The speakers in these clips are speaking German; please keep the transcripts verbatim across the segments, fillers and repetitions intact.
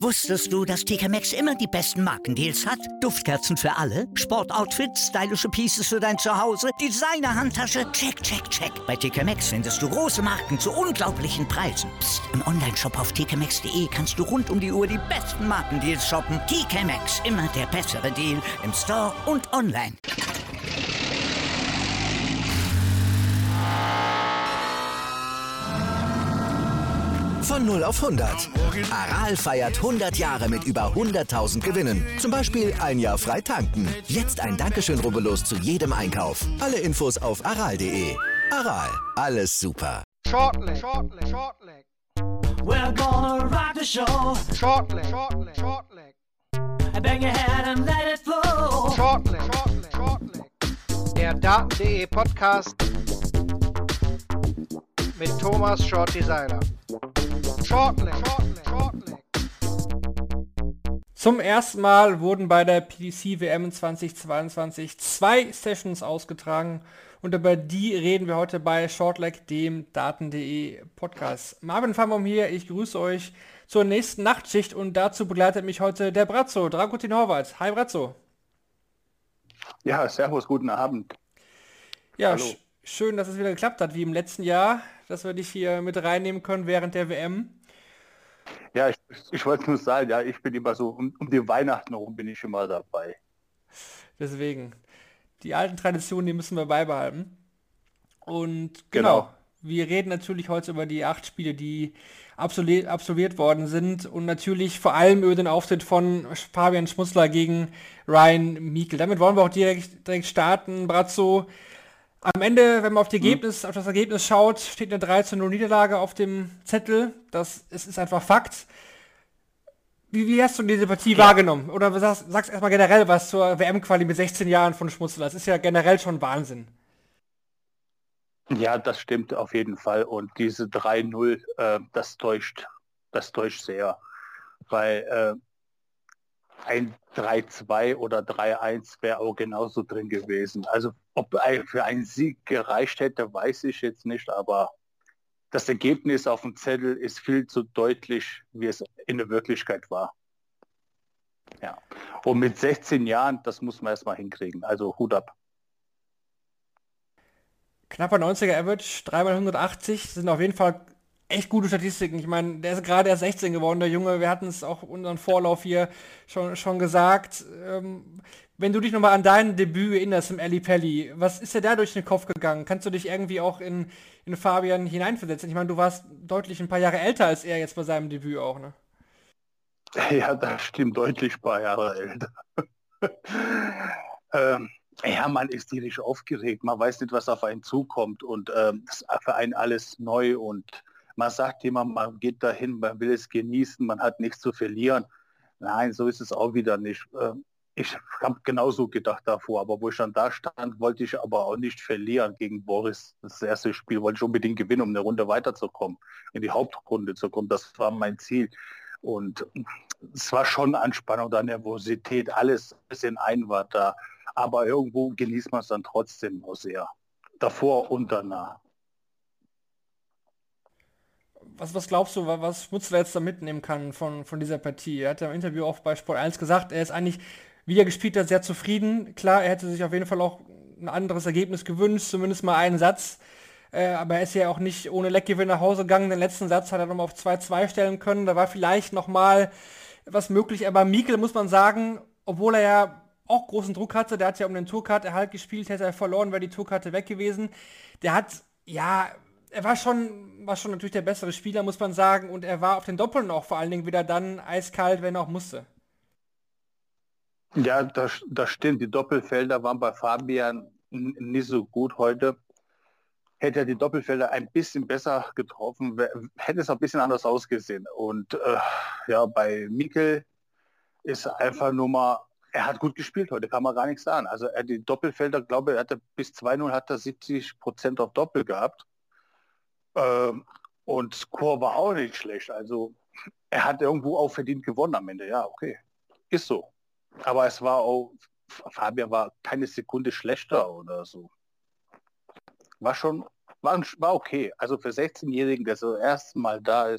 Wusstest du, dass T K Maxx immer die besten Markendeals hat? Duftkerzen für alle, Sportoutfits, stylische Pieces für dein Zuhause, Designer-Handtasche, check, check, check. Bei T K Maxx findest du große Marken zu unglaublichen Preisen. Psst. Im Onlineshop auf t k maxx punkt d e kannst du rund um die Uhr die besten Markendeals shoppen. T K Maxx, immer der bessere Deal im Store und online. Von null auf hundert. Aral feiert hundert Jahre mit über hunderttausend Gewinnen. Zum Beispiel ein Jahr frei tanken. Jetzt ein Dankeschön, rubbellos zu jedem Einkauf. Alle Infos auf aral punkt de. Aral, alles super. Shortleg, shortleg, shortleg. We're gonna rock the show. Shortleg, shortleg, shortleg. Bang your head and let it flow. Shortleg, shortleg, shortleg. Der Daten punkt de Podcast mit Thomas Short Designer. Shortleg, shortleg, shortleg. Zum ersten Mal wurden bei der P D C W M zweitausendzweiundzwanzig zwei Sessions ausgetragen und über die reden wir heute bei Shortleg, dem Daten punkt de Podcast. Marvin Famom hier, ich grüße euch zur nächsten Nachtschicht und dazu begleitet mich heute der Brazzo, Dragutin Horvath. Hi Brazzo. Ja, servus, guten Abend. Ja, sch- schön, dass es wieder geklappt hat, wie im letzten Jahr, dass wir dich hier mit reinnehmen können während der W M. Ja, ich, ich wollte nur sagen, ja, ich bin immer so, um, um die Weihnachten herum bin ich immer dabei. Deswegen, die alten Traditionen, die müssen wir beibehalten. Und genau, genau. Wir reden natürlich heute über die acht Spiele, die absolviert, absolviert worden sind und natürlich vor allem über den Auftritt von Fabian Schmutzler gegen Ryan Meikle. Damit wollen wir auch direkt, direkt starten, Brazzo. Am Ende, wenn man auf, die Ergebnis, hm. auf das Ergebnis schaut, steht eine drei zu null Niederlage auf dem Zettel. Das ist, ist einfach Fakt. Wie, wie hast du diese Partie ja. wahrgenommen? Oder sagst, sagst erstmal generell was zur W M-Quali mit sechzehn Jahren von Schmutzler. Das ist ja generell schon Wahnsinn. Ja, das stimmt auf jeden Fall. Und diese drei null, äh, das täuscht, das täuscht sehr. Weil äh, ein drei zwei oder drei eins wäre auch genauso drin gewesen. Also ob für einen Sieg gereicht hätte, weiß ich jetzt nicht, aber das Ergebnis auf dem Zettel ist viel zu deutlich, wie es in der Wirklichkeit war. Ja. Und mit sechzehn Jahren, das muss man erstmal hinkriegen. Also Hut ab. Knapper neunziger Average, drei mal hundertachtzig, sind auf jeden Fall echt gute Statistiken. Ich meine, der ist gerade erst sechzehn geworden, der Junge. Wir hatten es auch unseren Vorlauf hier schon, schon gesagt. Ähm, wenn du dich nochmal an dein Debüt erinnerst im Ali Pelli, was ist dir da durch den Kopf gegangen? Kannst du dich irgendwie auch in, in Fabian hineinversetzen? Ich meine, du warst deutlich ein paar Jahre älter als er jetzt bei seinem Debüt auch, ne? Ja, das stimmt, deutlich ein paar Jahre älter. ähm, ja, man ist tierisch aufgeregt. Man weiß nicht, was auf einen zukommt und ähm, das ist für einen alles neu und man sagt immer, man geht dahin, man will es genießen, man hat nichts zu verlieren. Nein, so ist es auch wieder nicht. Ich habe genauso gedacht davor, aber wo ich dann da stand, wollte ich aber auch nicht verlieren gegen Boris. Das erste Spiel wollte ich unbedingt gewinnen, um eine Runde weiterzukommen, in die Hauptrunde zu kommen. Das war mein Ziel. Und es war schon Anspannung oder Nervosität, alles in einem war da. Aber irgendwo genießt man es dann trotzdem auch sehr. Davor und danach. Was, was glaubst du, was Schmutzler jetzt da mitnehmen kann von, von dieser Partie? Er hat ja im Interview auch bei Sport eins gesagt, er ist eigentlich, wie er gespielt hat, sehr zufrieden. Klar, er hätte sich auf jeden Fall auch ein anderes Ergebnis gewünscht, zumindest mal einen Satz. Äh, aber er ist ja auch nicht ohne Leckgewinn nach Hause gegangen. Den letzten Satz hat er nochmal auf zwei zwei stellen können. Da war vielleicht nochmal was möglich. Aber Meikle, muss man sagen, obwohl er ja auch großen Druck hatte, der hat ja um den Tourcard-Erhalt gespielt, hätte er verloren, wäre die Tourkarte weg gewesen. Der hat, ja... Er war schon, war schon natürlich der bessere Spieler, muss man sagen. Und er war auf den Doppeln auch vor allen Dingen wieder dann eiskalt, wenn er auch musste. Ja, das, das stimmt. Die Doppelfelder waren bei Fabian nicht so gut heute. Hätte er die Doppelfelder ein bisschen besser getroffen, hätte es auch ein bisschen anders ausgesehen. Und äh, ja, bei Meikle ist einfach nur mal, er hat gut gespielt heute, kann man gar nichts sagen. Also er die Doppelfelder, glaube ich, er hatte bis zwei null hat er siebzig Prozent auf Doppel gehabt. Ähm, und Score war auch nicht schlecht. Also er hat irgendwo auch verdient gewonnen am Ende. Ja, okay. Ist so. Aber es war auch, Fabian war keine Sekunde schlechter oder so. War schon, war, war okay. Also für sechzehnjährigen, der so erst mal da ist,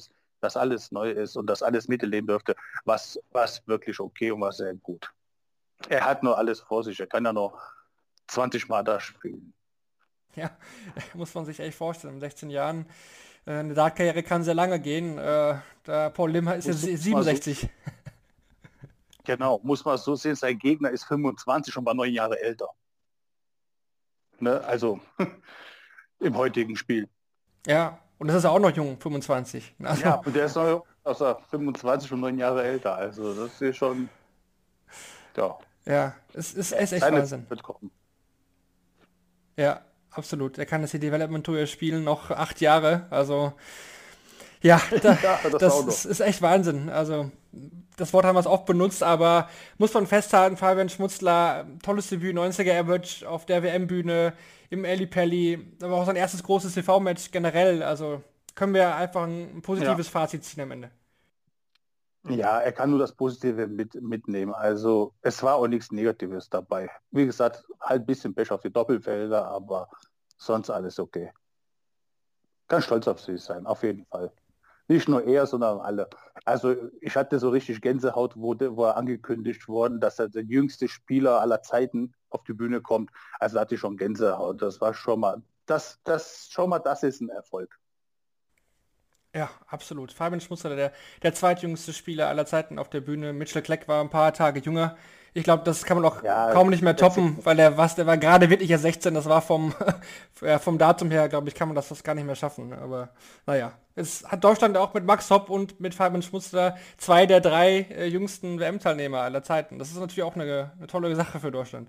dass alles neu ist und dass alles miterleben dürfte, was, was wirklich okay und was sehr gut. Er hat nur alles vor sich, er kann ja noch zwanzig Mal da spielen. Ja, muss man sich echt vorstellen. In sechzehn Jahren, äh, eine Dartkarriere kann sehr lange gehen. Äh, der Paul Lim ist jetzt siebenundsechzig. Genau, muss man so sehen, sein Gegner ist fünfundzwanzig und war neun Jahre älter. Ne? Also im heutigen Spiel. Ja, und das ist auch noch jung, fünfundzwanzig. Also, ja, und der ist noch also fünfundzwanzig und neun Jahre älter. Also das ist schon, ja. Ja, es ist, es ist echt Seine Wahnsinn. wird kommen. Ja, absolut. Er kann das hier Development Tour spielen, noch acht Jahre. Also ja, da, ja das, das ist, ist echt Wahnsinn. Also das Wort haben wir es oft benutzt, aber muss man festhalten, Fabian Schmutzler, tolles Debüt, neunziger Average auf der W M-Bühne, im Ellipelli, aber auch sein erstes großes T V-Match generell. Also können wir einfach ein positives ja. Fazit ziehen am Ende. Ja, er kann nur das Positive mit, mitnehmen. Also es war auch nichts Negatives dabei. Wie gesagt, halt ein bisschen Pech auf die Doppelfelder, aber sonst alles okay. Kann stolz auf sich sein, auf jeden Fall. Nicht nur er, sondern alle. Also ich hatte so richtig Gänsehaut, wo, wo er angekündigt worden, dass er der jüngste Spieler aller Zeiten auf die Bühne kommt. Also hatte ich schon Gänsehaut. Das war schon mal, das, das, schon mal, das ist ein Erfolg. Ja, absolut. Fabian Schmutzler, der, der zweitjüngste Spieler aller Zeiten auf der Bühne. Mitchell Kleck war ein paar Tage jünger. Ich glaube, das kann man auch ja, kaum nicht mehr toppen, weil der was, der war gerade wirklich ja sechzehn, das war vom, ja, vom Datum her, glaube ich, kann man das, das gar nicht mehr schaffen. Aber naja, es hat Deutschland auch mit Max Hopp und mit Fabian Schmutzler zwei der drei äh, jüngsten W M-Teilnehmer aller Zeiten. Das ist natürlich auch eine, eine tolle Sache für Deutschland.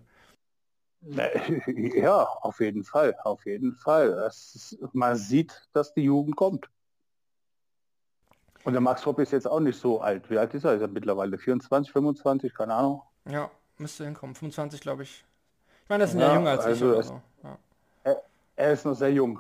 Ja, auf jeden Fall, auf jeden Fall. Das ist, man sieht, dass die Jugend kommt. Und der Max Hopp ist jetzt auch nicht so alt. Wie alt ist er? Ist er mittlerweile vierundzwanzig, fünfundzwanzig? Keine Ahnung. Ja, müsste hinkommen. fünfundzwanzig, glaube ich. Ich meine, das sind ja, ja jünger als also ich. Oder so. Ja. Er, er ist noch sehr jung.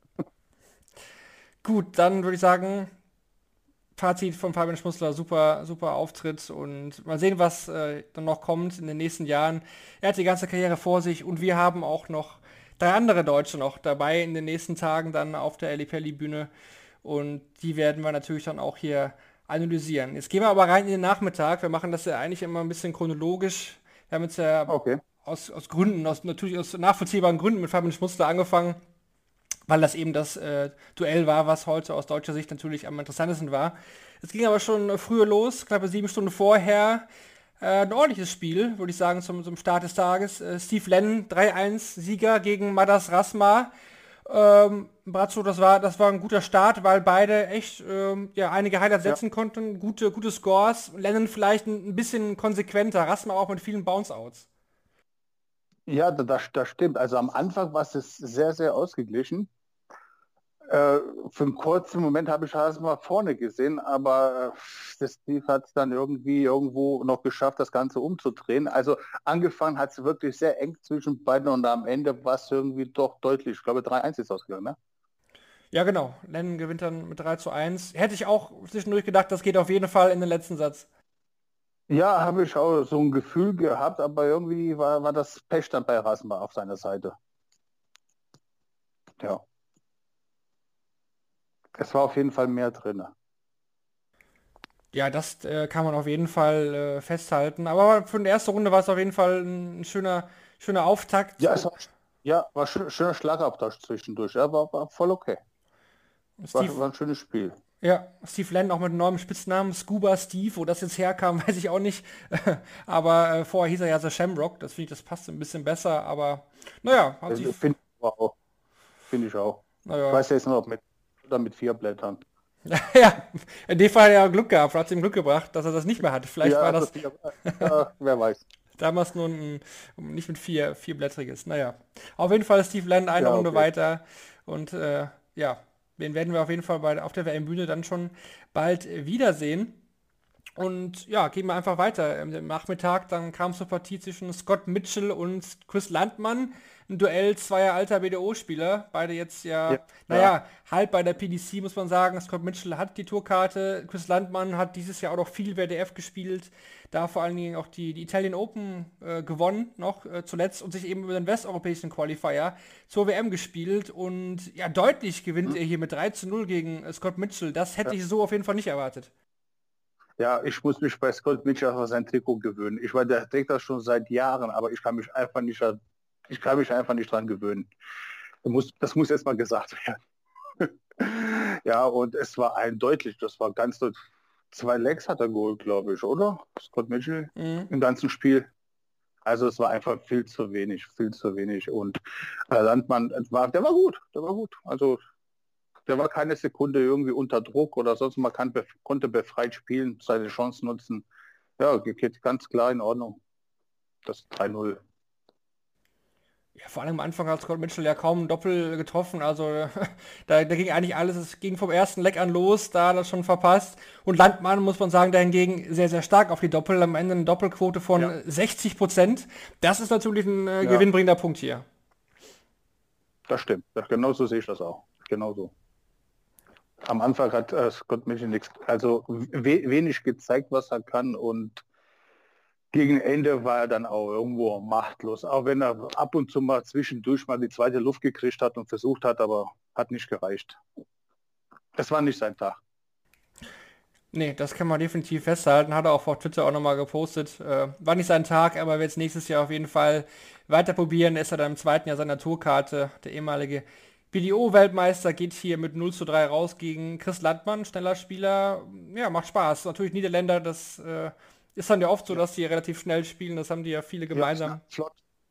Gut, dann würde ich sagen, Fazit von Fabian Schmutzler, super, super Auftritt und mal sehen, was äh, dann noch kommt in den nächsten Jahren. Er hat die ganze Karriere vor sich und wir haben auch noch drei andere Deutsche noch dabei in den nächsten Tagen dann auf der Ellipelli-Bühne. Und die werden wir natürlich dann auch hier analysieren. Jetzt gehen wir aber rein in den Nachmittag. Wir machen das ja eigentlich immer ein bisschen chronologisch. Wir haben jetzt ja okay. aus, aus Gründen, aus natürlich aus nachvollziehbaren Gründen mit Fabian Schmutzler angefangen, weil das eben das äh, Duell war, was heute aus deutscher Sicht natürlich am interessantesten war. Es ging aber schon früher los, knappe sieben Stunden vorher. Äh, ein ordentliches Spiel, würde ich sagen, zum, zum Start des Tages. Äh, Steve Lennon, drei eins Sieger gegen Madas Rasma. Ähm, Brazzo, das war, das war ein guter Start, weil beide echt ähm, ja, einige Highlights setzen ja. konnten, gute, gute Scores. Lennon vielleicht ein, ein bisschen konsequenter, Rasma auch mit vielen Bounce-Outs. Ja, das, das stimmt. Also am Anfang war es sehr, sehr ausgeglichen. Äh, für einen kurzen Moment habe ich Rasma vorne gesehen, aber der Steve hat es dann irgendwie irgendwo noch geschafft, das Ganze umzudrehen. Also angefangen hat es wirklich sehr eng zwischen beiden und am Ende war es irgendwie doch deutlich. Ich glaube, drei eins ist ausgegangen, ne? Ja, genau. Lennon gewinnt dann mit drei zu eins. Hätte ich auch zwischendurch gedacht, das geht auf jeden Fall in den letzten Satz. Ja, habe ich auch so ein Gefühl gehabt, aber irgendwie war, war das Pech dann bei Rasma auf seiner Seite. Ja. Es war auf jeden Fall mehr drin. Ja, das äh, kann man auf jeden Fall äh, festhalten. Aber für die erste Runde war es auf jeden Fall ein schöner, schöner Auftakt. Ja, es war, ja, war schön, schöner Schlagabtausch zwischendurch. Ja, war, war voll okay. Steve, war, war ein schönes Spiel. Ja, Steve Lennon auch mit einem neuen Spitznamen, Scuba Steve, wo das jetzt herkam, weiß ich auch nicht. aber äh, vorher hieß er ja The Shamrock, das finde ich, das passt ein bisschen besser, aber naja. Also, finde ich auch. Find ich auch. Naja. Ich weiß jetzt noch mit, oder mit vier Blättern. ja, in dem Fall hat er Glück gehabt, hat es ihm Glück gebracht, dass er das nicht mehr hatte. Vielleicht ja, war das... ja, wer weiß. Damals nur ein, nicht mit vier, vierblättriges. Naja, auf jeden Fall Steve Lennon eine ja, Runde okay. weiter und äh, ja, den werden wir auf jeden Fall bei, auf der W M-Bühne dann schon bald wiedersehen. Und ja, gehen wir einfach weiter. Am Nachmittag, dann kam es zur Partie zwischen Scott Mitchell und Chris Landmann. Ein Duell zweier alter B D O-Spieler. Beide jetzt ja, Ja, naja, ja. halb bei der P D C, muss man sagen. Scott Mitchell hat die Tourkarte. Chris Landmann hat dieses Jahr auch noch viel W D F gespielt. Da vor allen Dingen auch die, die Italian Open äh, gewonnen, noch äh, zuletzt. Und sich eben über den westeuropäischen Qualifier zur W M gespielt. Und ja, deutlich gewinnt Mhm. er hier mit drei zu null gegen äh, Scott Mitchell. Das hätte ich so auf jeden Fall nicht erwartet. Ja, ich muss mich bei Scott Mitchell auf sein Trikot gewöhnen. Ich meine, der trägt das schon seit Jahren, aber ich kann mich einfach nicht, ich kann mich einfach nicht dran gewöhnen. Das muss, das muss erst mal gesagt werden. Ja, und es war eindeutig, das war ganz deutlich. Zwei Legs hat er geholt, glaube ich, oder? Scott Mitchell Mhm. im ganzen Spiel. Also es war einfach viel zu wenig, viel zu wenig. Und äh, Landmann, es war, der war gut, der war gut. Also der war keine Sekunde irgendwie unter Druck oder sonst, man kann, bef- konnte befreit spielen, seine Chance nutzen. Ja, ge- geht ganz klar in Ordnung. Das drei null. Ja, vor allem am Anfang hat Scott Mitchell ja kaum ein Doppel getroffen, also da, da ging eigentlich alles, es ging vom ersten Leck an los, da hat er schon verpasst. Und Landmann, muss man sagen, dahingegen sehr, sehr stark auf die Doppel, am Ende eine Doppelquote von Ja. sechzig Prozent. Das ist natürlich ein äh, Ja. gewinnbringender Punkt hier. Das stimmt. Ja, genauso sehe ich das auch. Genauso. Am Anfang hat äh, Scott Mitchell nichts, also we wenig gezeigt, was er kann, und gegen Ende war er dann auch irgendwo machtlos. Auch wenn er ab und zu mal zwischendurch mal die zweite Luft gekriegt hat und versucht hat, aber hat nicht gereicht. Es war nicht sein Tag. Nee, das kann man definitiv festhalten. Hat er auch auf Twitter auch nochmal gepostet. Äh, war nicht sein Tag, aber wird es nächstes Jahr auf jeden Fall weiter probieren. Ist er dann im zweiten Jahr seiner Tourkarte. Der ehemalige B D O-Weltmeister geht hier mit null zu drei raus gegen Chris Landmann, schneller Spieler. Ja, macht Spaß. Natürlich Niederländer, das äh, ist dann ja oft so, dass die relativ schnell spielen. Das haben die ja viele gemeinsam. Ja, flott.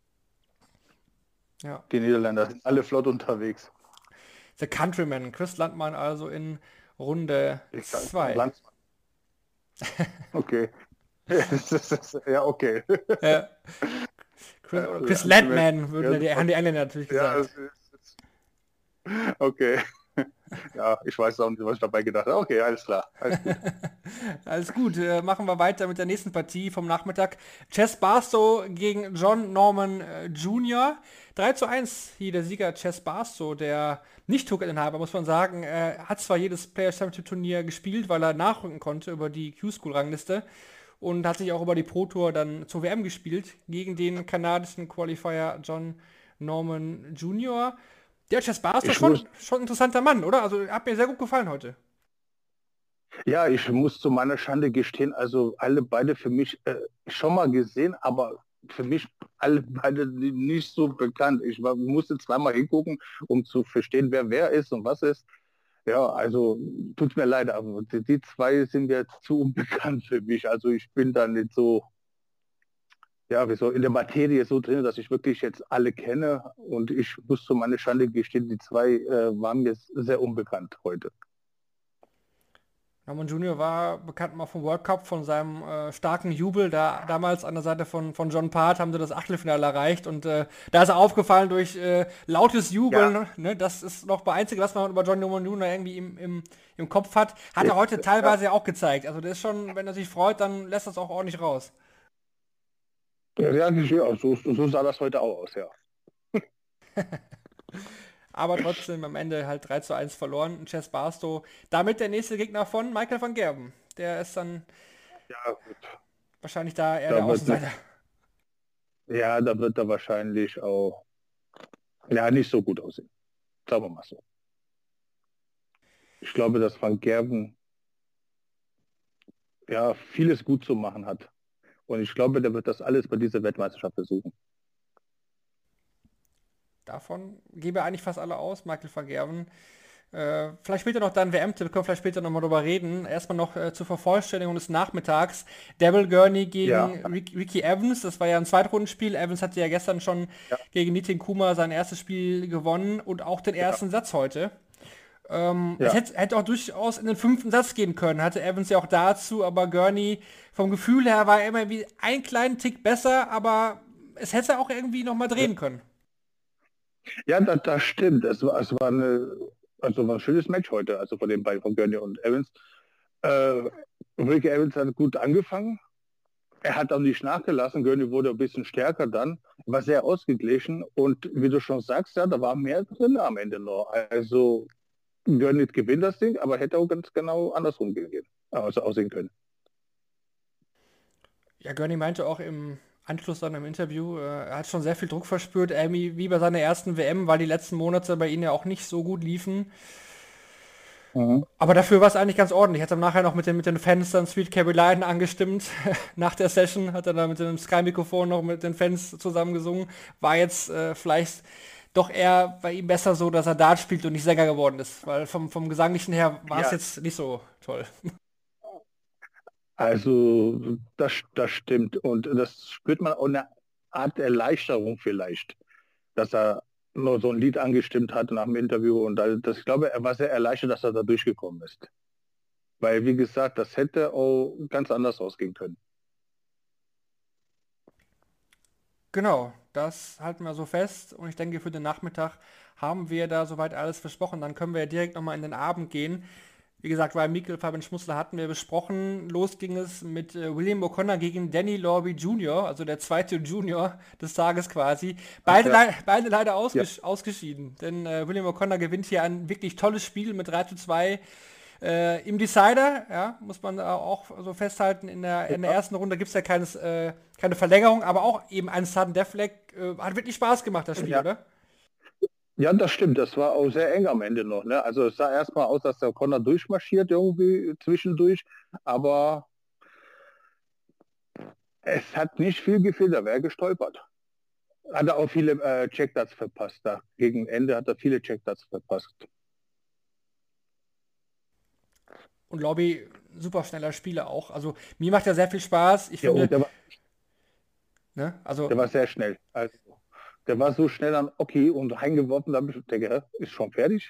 Ja. Die Niederländer sind alle flott unterwegs. The Countryman, Chris Landmann also in Runde zwei. Landsmann. Okay. Ja, okay. Ja. Chris, Ja, Chris ja, Landman, würden ja, die, haben die Engländer natürlich Ja, gesagt. es ist, okay. Ja, ich weiß auch nicht, was ich dabei gedacht habe. Okay, alles klar. Alles gut. Alles gut, äh, machen wir weiter mit der nächsten Partie vom Nachmittag. Chess Barstow gegen John Norman äh, Junior drei zu eins hier der Sieger Chess Barstow, der Nicht-Tour-Inhaber, muss man sagen, äh, hat zwar jedes Players Championship Turnier gespielt, weil er nachrücken konnte über die Q-School-Rangliste und hat sich auch über die Pro Tour dann zur W M gespielt gegen den kanadischen Qualifier John Norman Junior Der Chess Barstow Ich schon, muss- schon ein interessanter Mann, oder? Also hat mir sehr gut gefallen heute. Ja, ich muss zu meiner Schande gestehen, also alle beide für mich äh, schon mal gesehen, aber für mich alle beide nicht so bekannt. Ich war, musste zweimal hingucken, um zu verstehen, wer wer ist und was ist. Ja, also tut mir leid, aber die, die zwei sind jetzt zu unbekannt für mich. Also ich bin da nicht so, ja, wie so in der Materie so drin, dass ich wirklich jetzt alle kenne, und ich muss zu meiner Schande gestehen, die zwei äh, waren mir sehr unbekannt heute. Norman Junior war bekannt mal vom World Cup, von seinem äh, starken Jubel. Da damals an der Seite von, von John Part haben sie das Achtelfinale erreicht und äh, da ist er aufgefallen durch äh, lautes Jubeln. Ja. Ne? Das ist noch das Einzige, was man über John Norman Junior irgendwie im, im, im Kopf hat. Hat er Ja, heute teilweise ja auch gezeigt. Also der ist schon, wenn er sich freut, dann lässt das auch ordentlich raus. Ja, ja, so, so sah das heute auch aus, ja. Aber trotzdem am Ende halt drei zu eins verloren. Chess Barstow. Damit der nächste Gegner von Michael van Gerben. Der ist dann Ja, gut. wahrscheinlich da eher Da der wird- Außenseiter. Ja, da wird er wahrscheinlich auch ja, nicht so gut aussehen. Sagen wir mal so. Ich glaube, dass Van Gerben ja vieles gut zu machen hat. Und ich glaube, der wird das alles bei dieser Weltmeisterschaft versuchen. Davon gebe er eigentlich fast alle aus, Michael van Gerven. Äh, vielleicht später noch dann W M-Tipp, können wir vielleicht später nochmal drüber reden. Erstmal noch äh, zur Vervollständigung des Nachmittags. Devil Gurney gegen Ja. Rick, Ricky Evans, das war ja ein Zweitrundenspiel. Evans hatte ja gestern schon Ja. gegen Nitin Kuma sein erstes Spiel gewonnen und auch den ersten Satz heute. Ähm, Ja. Es hätte, hätte auch durchaus in den fünften Satz gehen können, hatte Evans ja auch dazu, aber Gurney vom Gefühl her war immer wie einen kleinen Tick besser, aber es hätte auch irgendwie nochmal drehen können. Ja, das, das stimmt. Es war, es war eine, also war ein schönes Match heute, also von den beiden, von Gurney und Evans. Äh, Rick Evans hat gut angefangen. Er hat auch nicht nachgelassen. Gurney wurde ein bisschen stärker dann. War sehr ausgeglichen. Und wie du schon sagst, ja, da war mehr drin am Ende noch. Also Gurney gewinnt das Ding, aber hätte auch ganz genau andersrum gehen, also aussehen können. Ja, Gurney meinte auch im Anschluss dann im Interview, äh, er hat schon sehr viel Druck verspürt, äh, wie, wie bei seiner ersten W M, weil die letzten Monate bei ihm ja auch nicht so gut liefen. Mhm. Aber dafür war es eigentlich ganz ordentlich. Hat er nachher noch mit den, mit den Fans dann Sweet Caroline angestimmt. Nach der Session hat er dann mit dem Sky-Mikrofon noch mit den Fans zusammen gesungen. War jetzt äh, vielleicht doch eher bei ihm besser so, dass er Dart spielt und nicht Sänger geworden ist. Weil vom, vom Gesanglichen her war es Ja. jetzt nicht so toll. Also das, das stimmt. Und das spürt man auch eine Art Erleichterung vielleicht, dass er nur so ein Lied angestimmt hat nach dem Interview. Und das, das ich glaube, er war sehr erleichtert, dass er da durchgekommen ist. Weil, wie gesagt, das hätte auch ganz anders ausgehen können. Genau, das halten wir so fest. Und ich denke, für den Nachmittag haben wir da soweit alles versprochen. Dann können wir ja direkt nochmal in den Abend gehen. Wie gesagt, Ryan Meikle, Fabian Schmutzler hatten wir besprochen. Los ging es mit äh, William O'Connor gegen Danny Lorby Junior, also der zweite Junior des Tages quasi. Beide, Ja. lei- beide leider ausges ausgeschieden, denn äh, William O'Connor gewinnt hier ein wirklich tolles Spiel mit drei zu zwei äh, im Decider. Ja, muss man da auch so festhalten. In der, in der ersten Runde gibt es ja keines, äh, keine Verlängerung, aber auch eben ein Sudden Death Flag. Äh, hat wirklich Spaß gemacht, das Spiel, Ja. oder? Ja, das stimmt. Das war auch sehr eng am Ende noch. Ne? Also es sah erstmal aus, dass der Connor durchmarschiert irgendwie zwischendurch, aber es hat nicht viel gefehlt, da wäre er gestolpert. Hat er auch viele äh, Checkdarts verpasst. Da gegen Ende hat er viele Checkdarts verpasst. Und Lobby, super schneller Spieler auch. Also mir macht er sehr viel Spaß. Ich Ja, finde, und der war, ne, also der war sehr schnell. Also, der war so schnell an okay und reingeworfen, da habe ich gedacht, hä, ist schon fertig.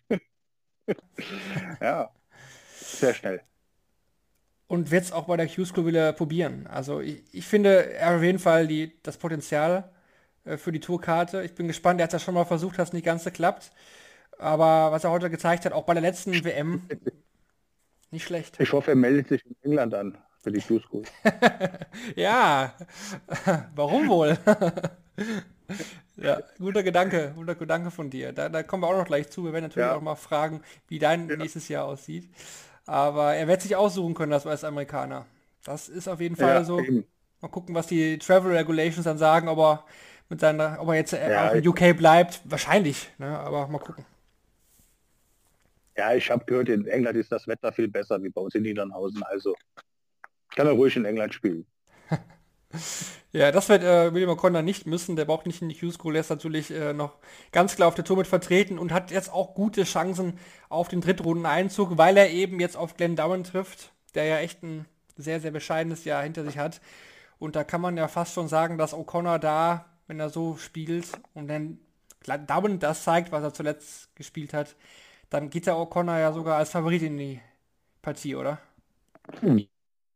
Ja, sehr schnell. und wird es auch bei der Q-School wieder probieren. Also ich, ich finde, er hat auf jeden Fall die, das Potenzial äh, für die Tourkarte. Ich bin gespannt, er hat das schon mal versucht, hat es nicht ganz geklappt. Aber was er heute gezeigt hat, auch bei der letzten W M, nicht schlecht. Ich hoffe, er meldet sich in England an für die Q-School. Ja, warum wohl? Ja, guter Gedanke, guter Gedanke von dir. Da, da kommen wir auch noch gleich zu. Wir werden natürlich Ja. auch mal fragen, wie dein nächstes Jahr aussieht. Aber er wird sich aussuchen können, das U S-Amerikaner. Das ist auf jeden Fall Ja, so. eben. Mal gucken, was die Travel Regulations dann sagen, ob er mit seiner, ob er jetzt äh, Ja, auch in ich- U K bleibt. Wahrscheinlich, ne? Aber mal gucken. Ja, ich habe gehört, in England ist das Wetter viel besser wie bei uns in Niedernhausen. Also kann er ruhig in England spielen. Ja, das wird äh, William O'Connor nicht müssen. Der braucht nicht in die Q-School. Er ist natürlich äh, noch ganz klar auf der Tour mit vertreten und hat jetzt auch gute Chancen auf den Drittrundeneinzug, weil er eben jetzt auf Glenn Dowen trifft, der ja echt ein sehr, sehr bescheidenes Jahr hinter sich hat. Und da kann man ja fast schon sagen, dass O'Connor da, wenn er so spielt und dann Glenn Dowen das zeigt, was er zuletzt gespielt hat, dann geht der O'Connor ja sogar als Favorit in die Partie, oder? Einen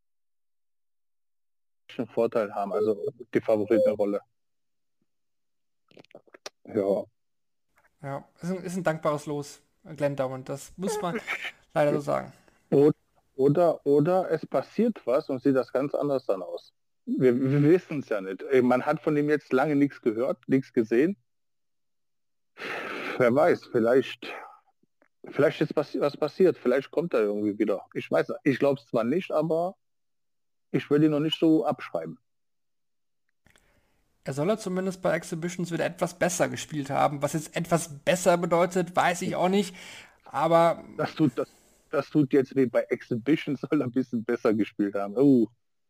Vorteil haben, also die Favoritenrolle. Ja, Ja, ist ein, ist ein dankbares Los, Glenn Dowen. Das muss man leider so sagen. oder, oder, oder es passiert was und sieht das ganz anders dann aus. Wir, wir wissen es ja nicht. Man hat von ihm jetzt lange nichts gehört, nichts gesehen. Wer weiß, vielleicht, vielleicht ist passi- was passiert, vielleicht kommt er irgendwie wieder. Ich weiß, ich glaube es zwar nicht, aber ich würde ihn noch nicht so abschreiben. Er soll ja zumindest bei Exhibitions wieder etwas besser gespielt haben. Was jetzt etwas besser bedeutet, weiß ich auch nicht. Aber Das tut, das, das tut jetzt wie bei Exhibitions, soll er ein bisschen besser gespielt haben. Oh.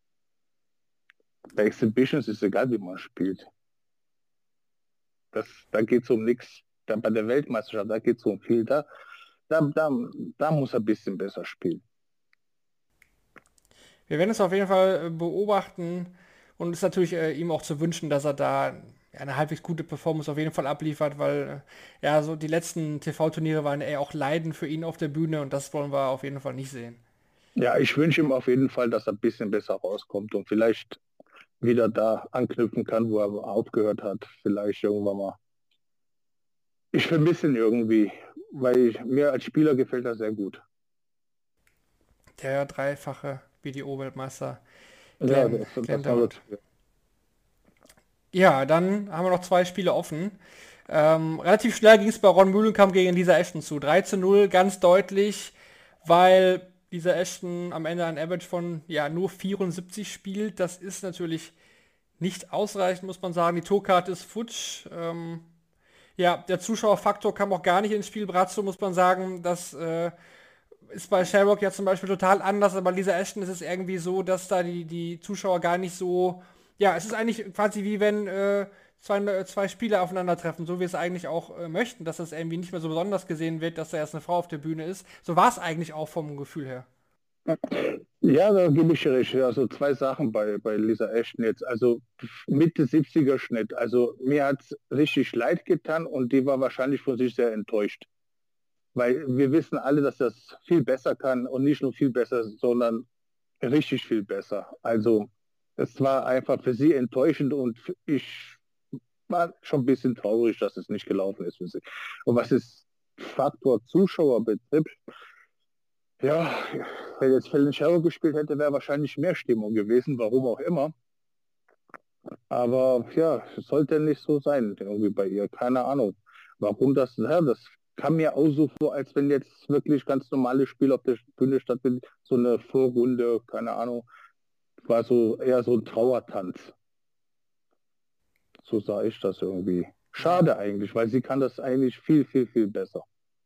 Bei Exhibitions ist egal, wie man spielt. Das, da geht es um nichts. Da bei der Weltmeisterschaft, da geht es um viel. Da, da, da, da muss er ein bisschen besser spielen. wir werden es auf jeden Fall äh, beobachten und es ist natürlich äh, ihm auch zu wünschen, dass er da eine halbwegs gute Performance auf jeden Fall abliefert, weil äh, ja, so die letzten T V-Turniere waren eher auch Leiden für ihn auf der Bühne und das wollen wir auf jeden Fall nicht sehen. Ja, ich wünsche ihm auf jeden Fall, dass er ein bisschen besser rauskommt und vielleicht wieder da anknüpfen kann, wo er aufgehört hat. Vielleicht irgendwann mal. Ich vermisse ihn irgendwie, weil ich, mir als Spieler gefällt er sehr gut. Der dreifache B D O-Weltmeister Ja, Glenn, das, das Glenn war Durant. das. Ja, dann haben wir noch zwei Spiele offen. Ähm, relativ schnell ging es bei Ron Mühlenkamp gegen Lisa Ashton zu. drei zu null, ganz deutlich, weil Lisa Ashton am Ende ein Average von ja nur vierundsiebzig spielt. Das ist natürlich nicht ausreichend, muss man sagen. Die Tourkarte ist futsch. Ähm, ja, der Zuschauerfaktor kam auch gar nicht ins Spiel. Brazzo, muss man sagen, das äh, ist bei Shamrock ja zum Beispiel total anders, aber bei Lisa Ashton ist es irgendwie so, dass da die, die Zuschauer gar nicht so... Ja, es ist eigentlich quasi wie wenn äh, zwei, äh, zwei Spieler aufeinandertreffen, so wie wir es eigentlich auch äh, möchten, dass das irgendwie nicht mehr so besonders gesehen wird, dass da erst eine Frau auf der Bühne ist. So war es eigentlich auch vom Gefühl her. Ja, da gebe ich dir recht. Also zwei Sachen bei, bei Lisa Ashton jetzt. Also Mitte siebziger Schnitt. Also mir hat es richtig leid getan und die war wahrscheinlich von sich sehr enttäuscht. Weil wir wissen alle, dass das viel besser kann und nicht nur viel besser, sondern richtig viel besser. Also es war einfach für sie enttäuschend und ich war schon ein bisschen traurig, dass es nicht gelaufen ist für sie. Und was es Faktor Zuschauer betrifft, ja, wenn jetzt Fallon Sherrock gespielt hätte, wäre wahrscheinlich mehr Stimmung gewesen, warum auch immer. Aber ja, es sollte nicht so sein, irgendwie bei ihr. Keine Ahnung, warum das, ja, das kam mir auch so vor, als wenn jetzt wirklich ganz normale Spiele auf der Bühne stattfinden, so eine Vorrunde, keine Ahnung, war so eher so ein Trauertanz. So sah ich das irgendwie. Schade eigentlich, weil sie kann das eigentlich viel, viel, viel besser.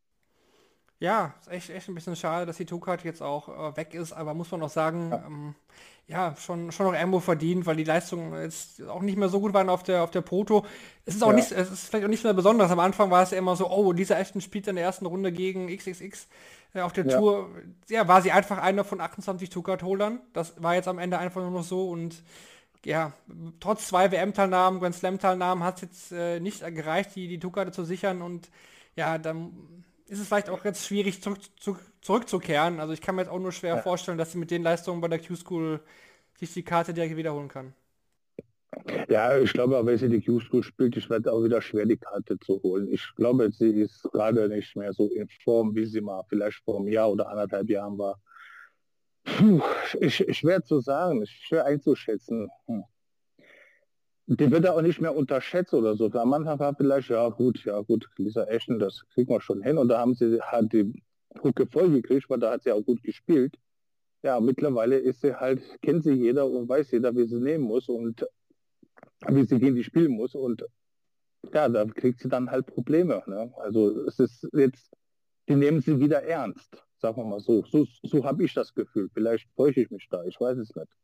Ja, ist echt, echt ein bisschen schade, dass die Tourkarte jetzt auch äh, weg ist, aber muss man auch sagen, ja, ähm, ja schon, schon noch irgendwo verdient, weil die Leistungen jetzt auch nicht mehr so gut waren auf der auf der Proto. Es ist auch ja. nicht, es ist vielleicht auch nicht mehr besonders. Am Anfang war es ja immer so, oh, Lisa Ashton spielt in der ersten Runde gegen X X X äh, auf der ja. Tour. Ja, war sie einfach einer von achtundzwanzig Tourcard-Holdern. Das war jetzt am Ende einfach nur noch so und ja, trotz zwei W M-Teilnahmen, Grand Slam-Teilnahmen hat es jetzt äh, nicht gereicht, die, die Tourkarte zu sichern und ja, dann ist es vielleicht auch jetzt schwierig zurück, zu, zurückzukehren. Also ich kann mir jetzt auch nur schwer ja. vorstellen, dass sie mit den Leistungen bei der Q-School sich die Karte direkt wiederholen kann. Ja, ich glaube, wenn sie die Q-School spielt, ich werde auch wieder schwer, die Karte zu holen. Ich glaube, sie ist gerade nicht mehr so in Form, wie sie mal vielleicht vor einem Jahr oder anderthalb Jahren war. Puh, ich, schwer zu sagen, schwer einzuschätzen. Hm. Die wird auch nicht mehr unterschätzt oder so. Am Anfang war vielleicht, ja gut, ja gut, Lisa Ashton, das kriegen wir schon hin. Und da haben sie hat die Brücke voll gekriegt, weil da hat sie auch gut gespielt. Ja, mittlerweile ist sie halt, kennt sie jeder und weiß jeder, wie sie nehmen muss und wie sie gegen die spielen muss. Und ja, da kriegt sie dann halt Probleme. Ne? Also es ist jetzt, die nehmen sie wieder ernst, sagen wir mal so. So, so habe ich das Gefühl. Vielleicht täusche ich mich da, ich weiß es nicht.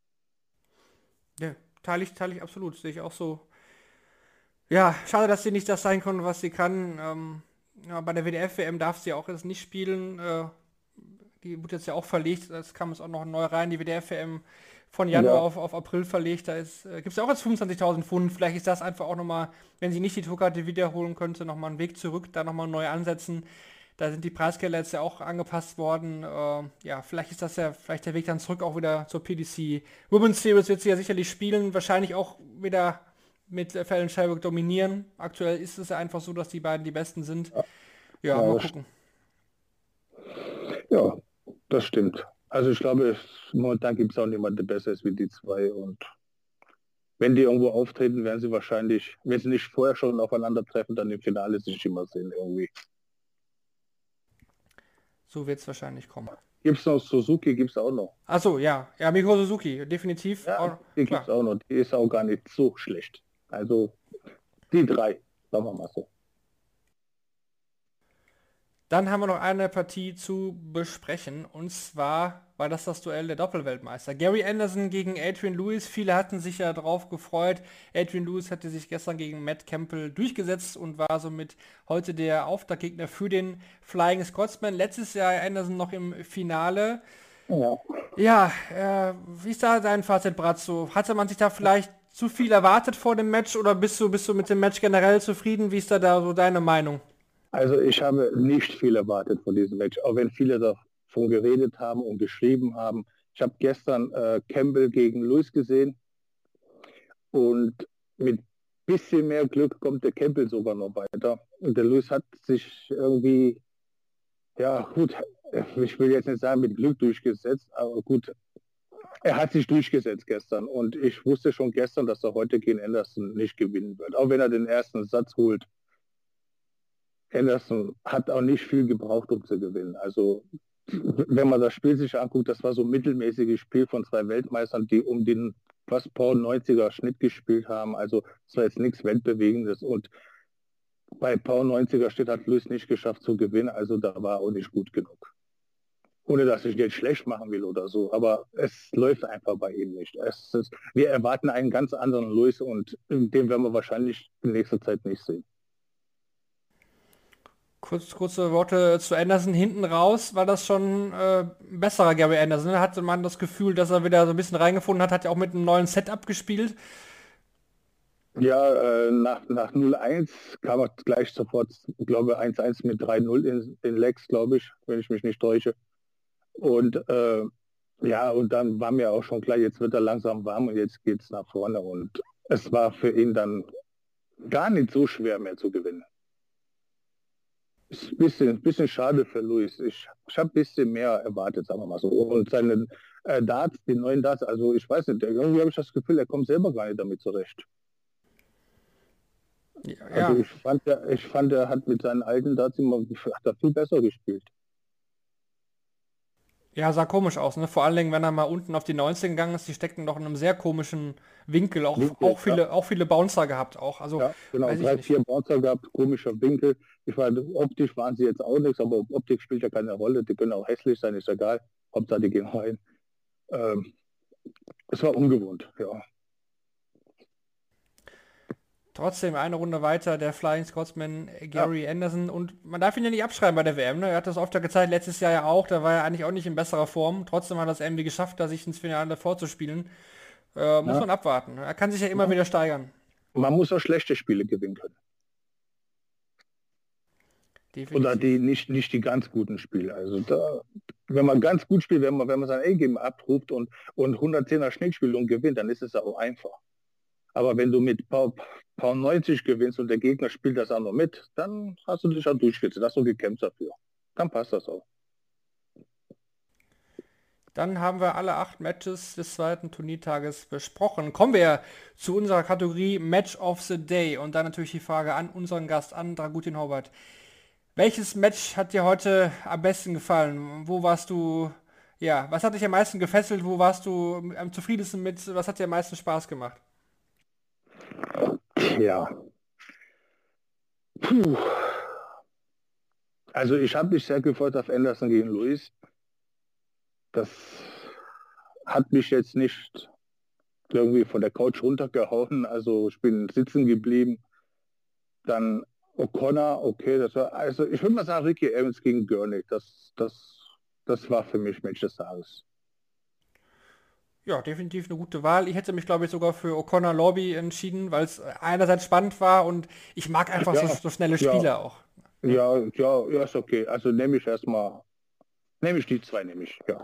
Ja. Teile ich, teile ich absolut, sehe ich auch so. Ja, schade, dass sie nicht das sein konnte, was sie kann. Ähm, ja, bei der W D F W M darf sie auch jetzt nicht spielen. Äh, die wird jetzt ja auch verlegt. Es kam jetzt auch noch neu rein. Die W D F W M von Januar ja. auf, auf April verlegt. Da äh, gibt es ja auch jetzt fünfundzwanzigtausend Pfund. Vielleicht ist das einfach auch nochmal, wenn sie nicht die Tourkarte wiederholen könnte, nochmal einen Weg zurück, da nochmal neu ansetzen. Da sind die Preisgelder jetzt ja auch angepasst worden. Äh, ja, vielleicht ist das ja vielleicht der Weg dann zurück auch wieder zur P D C. Women's Series wird sie ja sicherlich spielen, wahrscheinlich auch wieder mit äh, Fallon Sherrock dominieren. Aktuell ist es ja einfach so, dass die beiden die Besten sind. Ja, ja, ja mal gucken. Ja, das stimmt. Also ich glaube, momentan gibt es auch niemanden, der besser ist wie die zwei. Und wenn die irgendwo auftreten, werden sie wahrscheinlich, wenn sie nicht vorher schon aufeinandertreffen, dann im Finale sich immer sehen irgendwie. So wird es wahrscheinlich kommen. Gibt es noch Suzuki, gibt es auch noch. Achso, ja. Ja, Miko Suzuki, definitiv. Ja, auch, die gibt es auch noch. Die ist auch gar nicht so schlecht. Also die drei, sagen wir mal so. Dann haben wir noch eine Partie zu besprechen. Und zwar war das das Duell der Doppelweltmeister. Gary Anderson gegen Adrian Lewis. Viele hatten sich ja drauf gefreut. Adrian Lewis hatte sich gestern gegen Matt Campbell durchgesetzt und war somit heute der Auftaktgegner für den Flying Scotsman. Letztes Jahr Anderson noch im Finale. Ja, ja äh, wie ist da dein Fazit, Brazzo? Hatte man sich da vielleicht zu viel erwartet vor dem Match oder bist du, bist du mit dem Match generell zufrieden? Wie ist da, da so deine Meinung? Also ich habe nicht viel erwartet von diesem Match, auch wenn viele davon geredet haben und geschrieben haben. Ich habe gestern äh, Campbell gegen Lewis gesehen und mit bisschen mehr Glück kommt der Campbell sogar noch weiter. Und der Lewis hat sich irgendwie, ja gut, ich will jetzt nicht sagen mit Glück durchgesetzt, aber gut, er hat sich durchgesetzt gestern und ich wusste schon gestern, dass er heute gegen Anderson nicht gewinnen wird, auch wenn er den ersten Satz holt. Anderson hat auch nicht viel gebraucht, um zu gewinnen. Also wenn man das Spiel sich anguckt, das war so ein mittelmäßiges Spiel von zwei Weltmeistern, die um den fast Power neunziger Schnitt gespielt haben. Also es war jetzt nichts Weltbewegendes und bei Power neunziger Schnitt hat Lewis nicht geschafft zu gewinnen, also da war er auch nicht gut genug. Ohne dass ich jetzt schlecht machen will oder so, aber es läuft einfach bei ihm nicht. Es ist, wir erwarten einen ganz anderen Lewis und den werden wir wahrscheinlich in nächster Zeit nicht sehen. Kurz, kurze Worte zu Anderson. Hinten raus war das schon äh, ein besserer Gary Anderson. Da hatte man das Gefühl, dass er wieder so ein bisschen reingefunden hat, hat ja auch mit einem neuen Setup gespielt. Ja, äh, nach, nach null eins kam er gleich sofort, glaube eins eins mit drei null in, in Lex, glaube ich, wenn ich mich nicht täusche. Und äh, ja, und dann war mir auch schon klar, jetzt wird er langsam warm und jetzt geht es nach vorne. Und es war für ihn dann gar nicht so schwer mehr zu gewinnen. Ist ein bisschen, bisschen schade für Lewis. Ich, ich habe ein bisschen mehr erwartet, sagen wir mal so. Und seine äh, Darts, die neuen Darts, also ich weiß nicht, irgendwie habe ich das Gefühl, er kommt selber gar nicht damit zurecht. Ja, also ja. Ich fand, er, ich fand, er hat mit seinen alten Darts immer hat er viel besser gespielt. Ja, sah komisch aus, ne? Vor allen Dingen, wenn er mal unten auf die neunzehn gegangen ist, die steckten doch in einem sehr komischen Winkel, auch, Winkel, auch viele, ja. auch viele Bouncer gehabt auch. Also, ja, genau, drei, vier Bouncer gehabt, komischer Winkel. Ich meine, optisch waren sie jetzt auch nichts, aber Optik spielt ja keine Rolle, die können auch hässlich sein, ist egal. Hauptsache die gehen rein. Ähm, es war ungewohnt, ja. Trotzdem eine Runde weiter, der Flying Scotsman Gary ja. Anderson. Und man darf ihn ja nicht abschreiben bei der W M. Ne? Er hat das oft gezeigt, letztes Jahr ja auch. Da war er eigentlich auch nicht in besserer Form. Trotzdem hat er es irgendwie geschafft, da sich ins Finale vorzuspielen. Äh, muss ja. man abwarten. Er kann sich ja immer ja. wieder steigern. Man muss auch schlechte Spiele gewinnen können. Definitiv. Oder die nicht, nicht die ganz guten Spiele. Also da, wenn man ganz gut spielt, wenn man, wenn man sein A-Game abruft und, und hundertzehner Schnitt spielt und gewinnt, dann ist es auch einfach. Aber wenn du mit Power neunzig gewinnst und der Gegner spielt das auch noch mit, dann hast du dich auch durchgesetzt, hast du gekämpft dafür. Dann passt das auch. Dann haben wir alle acht Matches des zweiten Turniertages besprochen. Kommen wir zu unserer Kategorie Match of the Day und dann natürlich die Frage an unseren Gast, an Dragutin Horvat. Welches Match hat dir heute am besten gefallen? Wo warst du, ja, was hat dich am meisten gefesselt? Wo warst du am zufriedensten mit? Was hat dir am meisten Spaß gemacht? Ja. Puh. Also ich habe mich sehr gefreut auf Anderson gegen Lewis. Das hat mich jetzt nicht irgendwie von der Couch runtergehauen. Also ich bin sitzen geblieben. Dann O'Connor, okay, das war, also ich würde mal sagen, Ricky Evans gegen Gurney. Das, das, das war für mich Match des Tages. Ja, definitiv eine gute Wahl. Ich hätte mich, glaube ich, sogar für O'Connor Lobby entschieden, weil es einerseits spannend war und ich mag einfach ja, so, so schnelle Spieler ja. auch. Ja, ja, ja, ist okay. Also nehme ich erstmal, nehme ich die zwei, nehme ich, ja.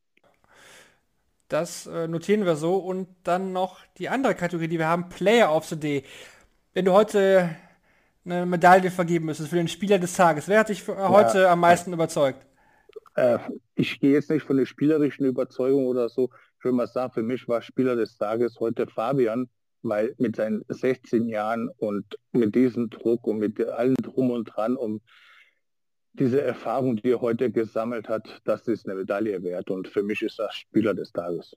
Das äh, notieren wir so und dann noch die andere Kategorie, die wir haben, Player of the Day. Wenn du heute eine Medaille vergeben müsstest für den Spieler des Tages, wer hat dich für, äh, heute ja, am meisten überzeugt? Äh, ich gehe jetzt nicht von der spielerischen Überzeugung oder so. Ich würde mal sagen, für mich war Spieler des Tages heute Fabian, weil mit seinen sechzehn Jahren und mit diesem Druck und mit allem Drum und Dran und diese Erfahrung, die er heute gesammelt hat, das ist eine Medaille wert und für mich ist das Spieler des Tages.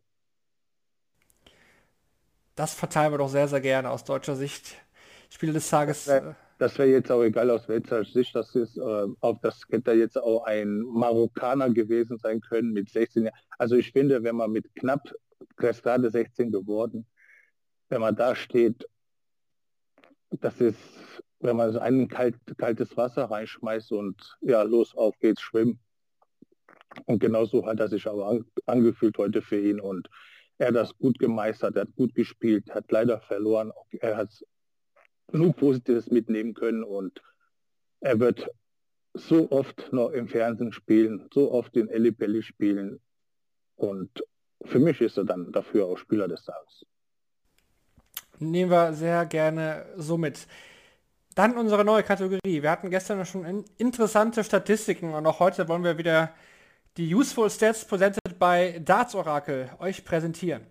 Das verteilen wir doch sehr, sehr gerne aus deutscher Sicht. Spieler des Tages. Das wäre wär jetzt auch egal aus welcher Sicht das ist. Äh, auch das hätte jetzt auch ein Marokkaner gewesen sein können mit sechzehn Jahren. Also ich finde, wenn man mit knapp, gerade sechzehn geworden, wenn man da steht, das ist, wenn man so ein kalt, kaltes Wasser reinschmeißt und ja, los, auf geht's, schwimmen. Und genauso hat er sich aber angefühlt heute für ihn und er hat das gut gemeistert, er hat gut gespielt, hat leider verloren, er hat genug Positives mitnehmen können und er wird so oft noch im Fernsehen spielen, so oft in Ellipelli spielen und für mich ist er dann dafür auch Spieler des Tages. Nehmen wir sehr gerne so mit. Dann unsere neue Kategorie. Wir hatten gestern schon interessante Statistiken und auch heute wollen wir wieder die Useful Stats presented bei Darts Orakel euch präsentieren.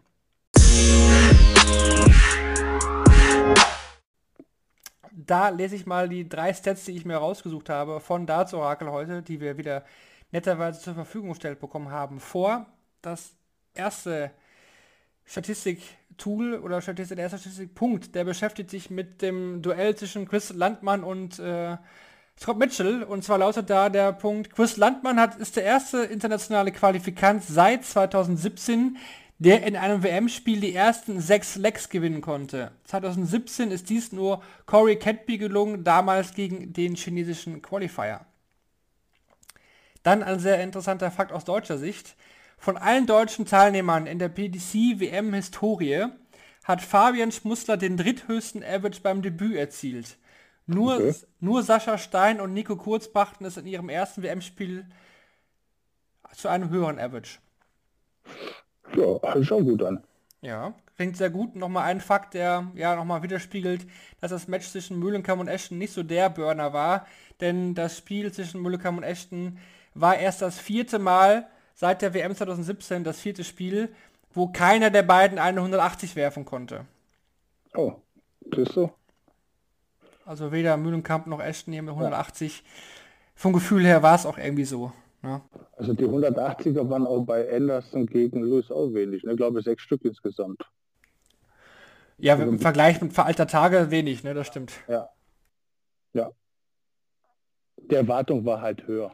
Da lese ich mal die drei Stats, die ich mir rausgesucht habe von Darts Orakel heute, die wir wieder netterweise zur Verfügung gestellt bekommen haben, vor. Das erste Statistik-Tool oder Statistik, der erste Statistikpunkt, der beschäftigt sich mit dem Duell zwischen Chris Landmann und äh, Scott Mitchell. Und zwar lautet da der Punkt: Chris Landmann hat, ist der erste internationale Qualifikant seit zweitausendsiebzehn, der in einem W M-Spiel die ersten sechs Legs gewinnen konnte. zweitausendsiebzehn ist dies nur Corey Cadby gelungen, damals gegen den chinesischen Qualifier. Dann ein sehr interessanter Fakt aus deutscher Sicht. Von allen deutschen Teilnehmern in der P D C-W M-Historie hat Fabian Schmussler den dritthöchsten Average beim Debüt erzielt. Nur, okay. nur Sascha Stein und Nico Kurz brachten es in ihrem ersten W M-Spiel zu einem höheren Average. Ja, hört sich auch gut an. Ja, klingt sehr gut. Nochmal ein Fakt, der ja nochmal widerspiegelt, dass das Match zwischen Müllenkamp und Ashton nicht so der Burner war, denn das Spiel zwischen Müllenkamp und Ashton war erst das vierte Mal seit der W M zweitausendsiebzehn, das vierte Spiel, wo keiner der beiden eine hundertachtzig werfen konnte. Oh, siehst du? Also weder Müllenkamp noch Ashton hier mit hundertachtzig. Vom Gefühl her war es auch irgendwie so. Ne? Also die hundertachtziger waren auch bei Anderson gegen Lewis auch wenig. Ne? Ich glaube sechs Stück insgesamt. Ja, also im Vergleich mit veralter Tage wenig, ne? Das stimmt. Ja. Ja. Die Erwartung war halt höher.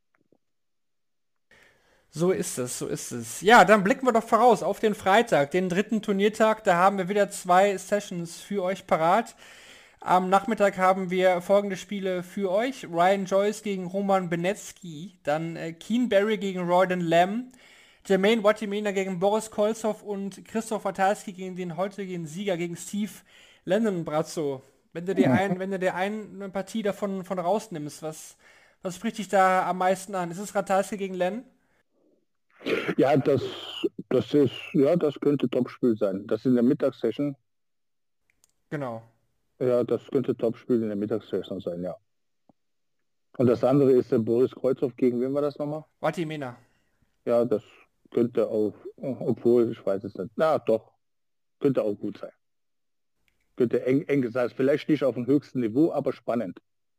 So ist es, so ist es. Ja, dann blicken wir doch voraus auf den Freitag, den dritten Turniertag. Da haben wir wieder zwei Sessions für euch parat. Am Nachmittag haben wir folgende Spiele für euch. Ryan Joyce gegen Roman Benetsky, dann äh, Keen Barry gegen Royden Lamb, Jermaine Watimena gegen Boris Kolzow und Christoph Ratajski gegen den heutigen Sieger, gegen Steve Lennon-Brazzo. Wenn du dir ein, wenn du dir eine Partie davon von rausnimmst, was, was spricht dich da am meisten an? Ist es Ratajski gegen Len? Ja, das, das ist, ja, das könnte Topspiel sein. Das in der Mittagssession. Genau. Ja, das könnte Topspiel in der Mittagssession sein, ja. Und das andere ist der Boris Kolzow gegen wen war das nochmal? Watimena. Ja, das könnte auch, obwohl, ich weiß es nicht. Na doch, könnte auch gut sein. Könnte eng, eng sein. Vielleicht nicht auf dem höchsten Niveau, aber spannend.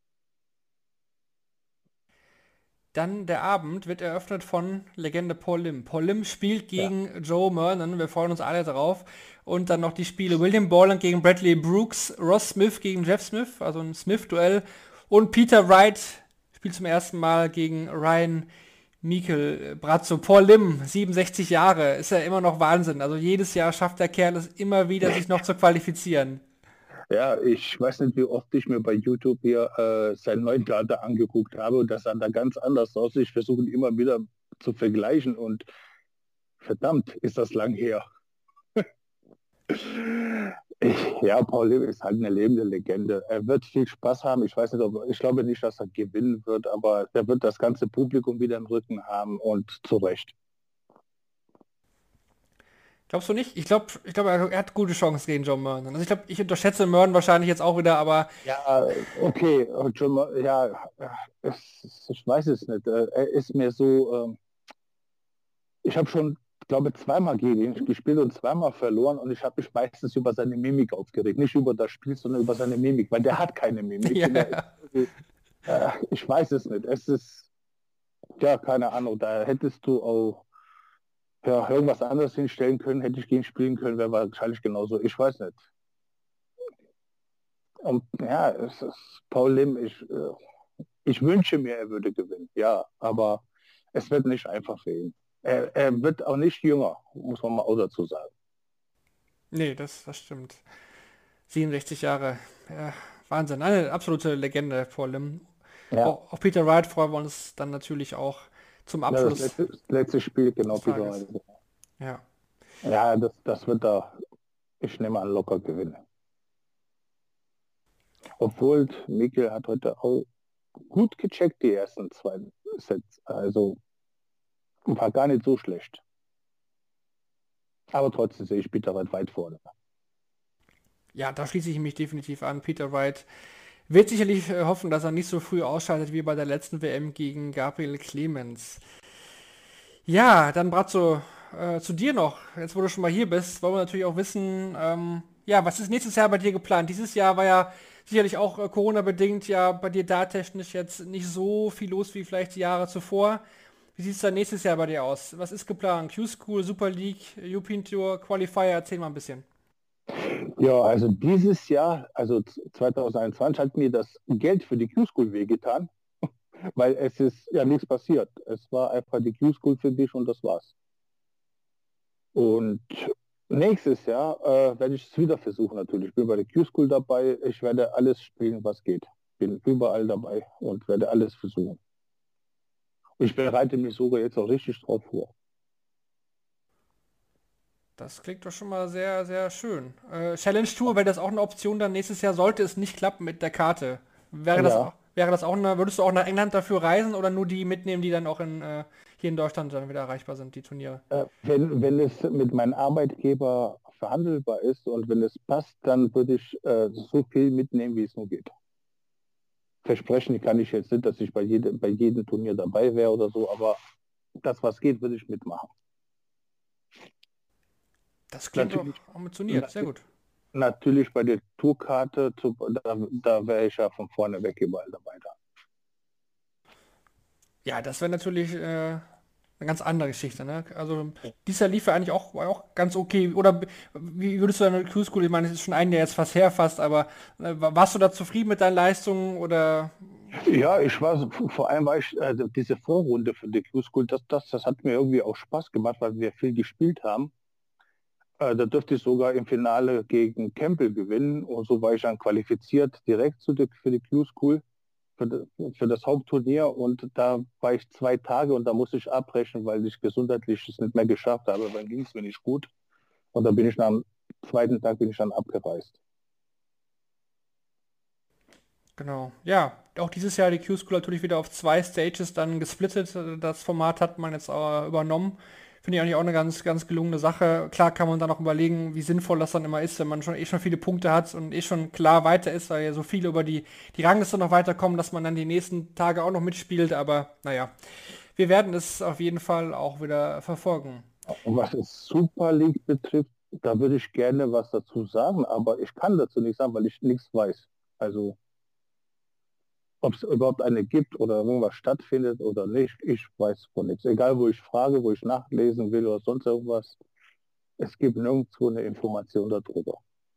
Dann der Abend wird eröffnet von Legende Paul Lim. Paul Lim spielt gegen ja. Joe Mernon, wir freuen uns alle drauf. Und dann noch die Spiele William Borland gegen Bradley Brooks, Ross Smith gegen Jeff Smith, also ein Smith-Duell. Und Peter Wright spielt zum ersten Mal gegen Ryan Mikel Brazzo. Paul Lim, siebenundsechzig Jahre, ist ja immer noch Wahnsinn. Also jedes Jahr schafft der Kerl es immer wieder, sich noch zu qualifizieren. Ja, ich weiß nicht, wie oft ich mir bei YouTube hier äh, seinen neuen Data angeguckt habe und das sah da ganz anders aus. Ich versuche ihn immer wieder zu vergleichen und verdammt, ist das lang her. ich, ja, Paul Lim ist halt eine lebende Legende. Er wird viel Spaß haben. Ich weiß nicht, ob, ich glaube nicht, dass er gewinnen wird, aber er wird das ganze Publikum wieder im Rücken haben und zu Recht. Glaubst du nicht? Ich glaube, ich glaub, er hat gute Chancen gegen John Mernon. Also ich glaube, ich unterschätze Mernon wahrscheinlich jetzt auch wieder, aber... Ja, okay. John Mer- ja, es, ich weiß es nicht. Er ist mir so... Ähm, ich habe schon, glaube zweimal gegen ihn gespielt und zweimal verloren und ich habe mich meistens über seine Mimik aufgeregt. Nicht über das Spiel, sondern über seine Mimik, weil der hat keine Mimik. Ja. Der, äh, ich weiß es nicht. Es ist... Ja, keine Ahnung. Da hättest du auch... Ja, irgendwas anderes hinstellen können, hätte ich gegen spielen können, wäre wahrscheinlich genauso. Ich weiß nicht. Und ja, es ist Paul Lim, ich, ich wünsche mir, er würde gewinnen. Ja, aber es wird nicht einfach für ihn. Er, er wird auch nicht jünger, muss man mal auch dazu sagen. Nee, das, das stimmt. siebenundsechzig Jahre. Ja, Wahnsinn. Eine absolute Legende, Paul Lim. Ja. Auch, auch Peter Wright freuen wir uns dann natürlich auch zum Abschluss. Ja, das letzte, letzte Spiel, genau. Peter. Ja, ja das, das wird da, ich nehme an, locker gewinnen. Obwohl Mikel hat heute auch gut gecheckt, die ersten zwei Sets. Also war gar nicht so schlecht. Aber trotzdem sehe ich Peter Wright weit vorne. Ja, da schließe ich mich definitiv an. Peter Wright wird sicherlich äh, hoffen, dass er nicht so früh ausschaltet wie bei der letzten W M gegen Gabriel Clemens. Ja, dann Bratzo, äh, zu dir noch. Jetzt, wo du schon mal hier bist, wollen wir natürlich auch wissen, ähm, ja, was ist nächstes Jahr bei dir geplant? Dieses Jahr war ja sicherlich auch äh, Corona-bedingt ja bei dir da technisch jetzt nicht so viel los wie vielleicht die Jahre zuvor. Wie sieht es dann nächstes Jahr bei dir aus? Was ist geplant? Q-School, Super League, European Tour, Qualifier? Erzähl mal ein bisschen. Ja, also dieses Jahr, also zwanzig einundzwanzig, hat mir das Geld für die Q-School wehgetan, weil es ist ja nichts passiert. Es war einfach die Q-School für dich und das war's. Und nächstes Jahr äh, werde ich es wieder versuchen natürlich. Ich bin bei der Q-School dabei. Ich werde alles spielen, was geht. Bin überall dabei und werde alles versuchen. Ich bereite mich sogar jetzt auch richtig drauf vor. Das klingt doch schon mal sehr, sehr schön. Äh, Challenge Tour, wäre das auch eine Option dann nächstes Jahr, sollte es nicht klappen mit der Karte? Wäre das, Ja. auch, wäre das auch eine, würdest du auch nach England dafür reisen oder nur die mitnehmen, die dann auch in, äh, hier in Deutschland dann wieder erreichbar sind, die Turniere? Äh, wenn, wenn es mit meinem Arbeitgeber verhandelbar ist und wenn es passt, dann würde ich äh, so viel mitnehmen, wie es nur geht. Versprechen kann ich jetzt nicht, dass ich bei, jede, bei jedem Turnier dabei wäre oder so, aber das, was geht, würde ich mitmachen. Das klingt Natürlich. doch ambitioniert, sehr gut. Natürlich bei der Tourkarte, zu, da, da wäre ich ja von vorne weg überall dabei. Da. Ja, das wäre natürlich äh, eine ganz andere Geschichte, ne? Also dieses Jahr lief ja eigentlich auch, war auch ganz okay. Oder b- wie würdest du deine Q-School, ich meine, es ist schon ein Jahr jetzt fast her fast, aber äh, wa- warst du da zufrieden mit deinen Leistungen oder Ja, ich war so- vor allem war ich äh, diese Vorrunde für die Q-School, das, das, das hat mir irgendwie auch Spaß gemacht, weil wir viel gespielt haben. Äh, da durfte ich sogar im Finale gegen Campbell gewinnen und so war ich dann qualifiziert direkt zu der, für die Q-School, für, de- für das Hauptturnier und da war ich zwei Tage und da musste ich abbrechen, weil ich gesundheitlich es nicht mehr geschafft habe. Dann ging es mir nicht gut und dann bin ich dann am zweiten Tag bin ich dann abgereist. genau. Ja, auch dieses Jahr die Q-School natürlich wieder auf zwei Stages dann gesplittet. Äh, Das Format hat man jetzt äh, übernommen. Finde ich eigentlich auch eine ganz, ganz gelungene Sache. Klar kann man dann auch überlegen, wie sinnvoll das dann immer ist, wenn man schon eh schon viele Punkte hat und eh schon klar weiter ist, weil ja so viele über die, die Rangliste noch weiterkommen, dass man dann die nächsten Tage auch noch mitspielt. Aber naja, wir werden es auf jeden Fall auch wieder verfolgen. Und was es Super League betrifft, da würde ich gerne was dazu sagen, aber ich kann dazu nichts sagen, weil ich nichts weiß. Also ob es überhaupt eine gibt oder irgendwas stattfindet oder nicht, ich weiß von nichts. Egal, wo ich frage, wo ich nachlesen will oder sonst irgendwas, es gibt nirgendwo eine Information darüber.